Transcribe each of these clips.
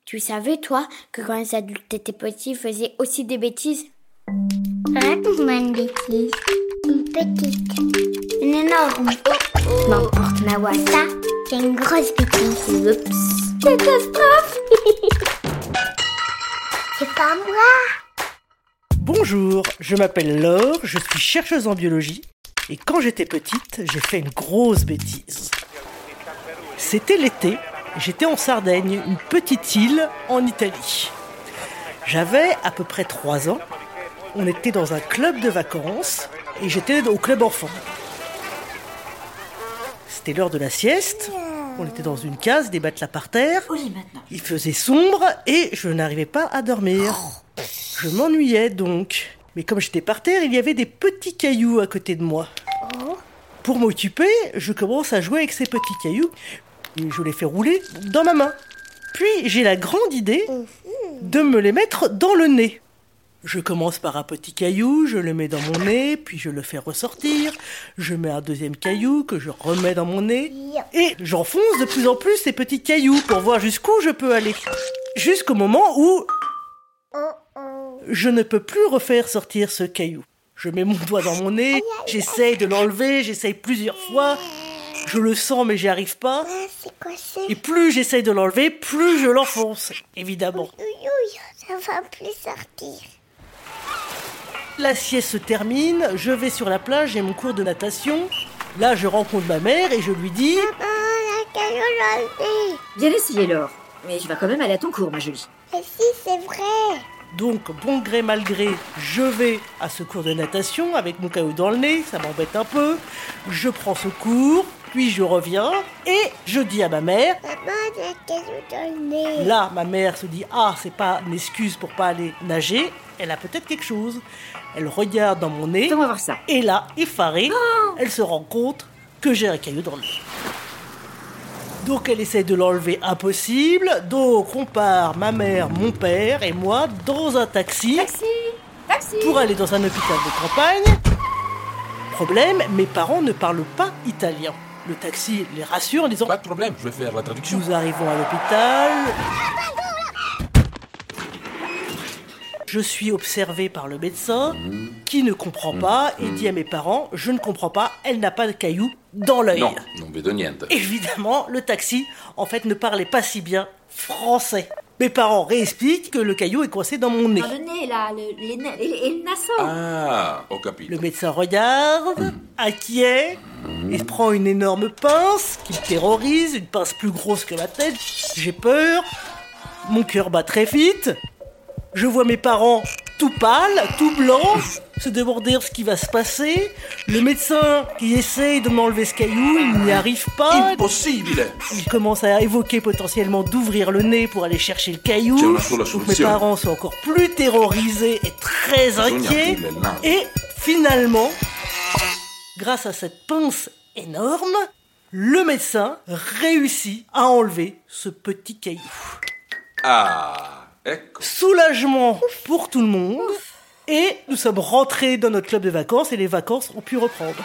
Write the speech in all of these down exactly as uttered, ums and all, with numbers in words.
Tu savais, toi, que quand les adultes étaient petits, ils faisaient aussi des bêtises? Raconte-moi une bêtise. Une petite. Une énorme. Oh, oh. N'importe, Mawa, ça, c'est une grosse bêtise. Oups. Catastrophe. C'est pas moi. Bonjour, je m'appelle Laure, je suis chercheuse en biologie. Et quand j'étais petite, j'ai fait une grosse bêtise. C'était l'été, j'étais en Sardaigne, une petite île en Italie. J'avais à peu près trois ans. On était dans un club de vacances et j'étais au club enfant. C'était l'heure de la sieste. On était dans une case, des matelas par terre. Il faisait sombre et je n'arrivais pas à dormir. Je m'ennuyais donc. Mais comme j'étais par terre, il y avait des petits cailloux à côté de moi. Pour m'occuper, je commence à jouer avec ces petits cailloux. Et je les fais rouler dans ma main. Puis j'ai la grande idée de me les mettre dans le nez. Je commence par un petit caillou, je le mets dans mon nez, puis je le fais ressortir. Je mets un deuxième caillou que je remets dans mon nez. Et j'enfonce de plus en plus ces petits cailloux pour voir jusqu'où je peux aller. Jusqu'au moment où je ne peux plus refaire sortir ce caillou. Je mets mon doigt dans mon nez, j'essaye de l'enlever, j'essaye plusieurs fois. Je le sens mais j'y arrive pas. C'est quoi ça? Et plus j'essaye de l'enlever, plus je l'enfonce, évidemment. Oui, oui, ça va plus sortir. La sieste se termine, je vais sur la plage, j'ai mon cours de natation. Là, je rencontre ma mère et je lui dis... Maman, la caillou l'a enlevé. Bien essayé, Laure. Mais tu vas quand même aller à ton cours, ma jolie. Mais si, c'est vrai. Donc, bon gré mal gré, je vais à ce cours de natation avec mon caillou dans le nez, ça m'embête un peu. Je prends ce cours, puis je reviens et je dis à ma mère... Maman, la caillou dans le nez. Là, ma mère se dit « Ah, c'est pas une excuse pour pas aller nager, elle a peut-être quelque chose. » Elle regarde dans mon nez, On va voir ça. et là, effarée, elle se rend compte que j'ai un caillou dans le nez. Donc elle essaie de l'enlever, impossible. Donc on part, ma mère, mon père et moi, dans un taxi, Taxi Taxi pour aller dans un hôpital de campagne. Problème, mes parents ne parlent pas italien. Le taxi les rassure en disant... Pas de problème, je vais faire la traduction. Nous arrivons à l'hôpital. Je suis observé par le médecin qui ne comprend pas et dit à mes parents « Je ne comprends pas, elle n'a pas de caillou dans l'œil. » Non, non vedo niente. Évidemment, le taxi, en fait, ne parlait pas si bien français. Mes parents réexpliquent que le caillou est coincé dans mon nez. Dans le nez, là, le, les nez, et, et le naso. Ah, ho capito. Le médecin regarde, inquiet, et prend une énorme pince qui me terrorise, une pince plus grosse que ma tête. J'ai peur, mon cœur bat très vite. Je vois mes parents tout pâles, tout blancs, se demander ce qui va se passer. Le médecin qui essaye de m'enlever ce caillou, il n'y arrive pas. Impossibile. Il commence à évoquer potentiellement d'ouvrir le nez pour aller chercher le caillou. C'è una sola Donc mes soluzione. parents sont encore plus terrorisés et très Bisogna inquiets. aprirle il naso. Et finalement, grâce à cette pince énorme, le médecin réussit à enlever ce petit caillou. Ah, ecco. Soulagement pour tout le monde. Et nous sommes rentrés dans notre club de vacances et les vacances ont pu reprendre.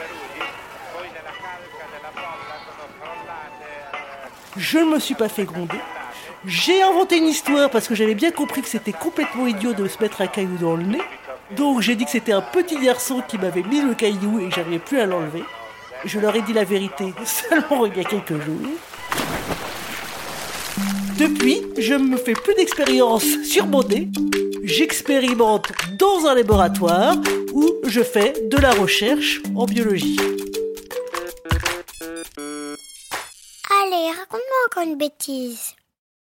Je ne me suis pas fait gronder. J'ai inventé une histoire parce que j'avais bien compris que c'était complètement idiot de se mettre un caillou dans le nez. Donc j'ai dit que c'était un petit garçon qui m'avait mis le caillou et que j'arrivais plus à l'enlever. Je leur ai dit la vérité seulement il y a quelques jours. Depuis, je ne me fais plus d'expérience sur mon nez. J'expérimente dans un laboratoire où je fais de la recherche en biologie. Allez, raconte-moi encore une bêtise.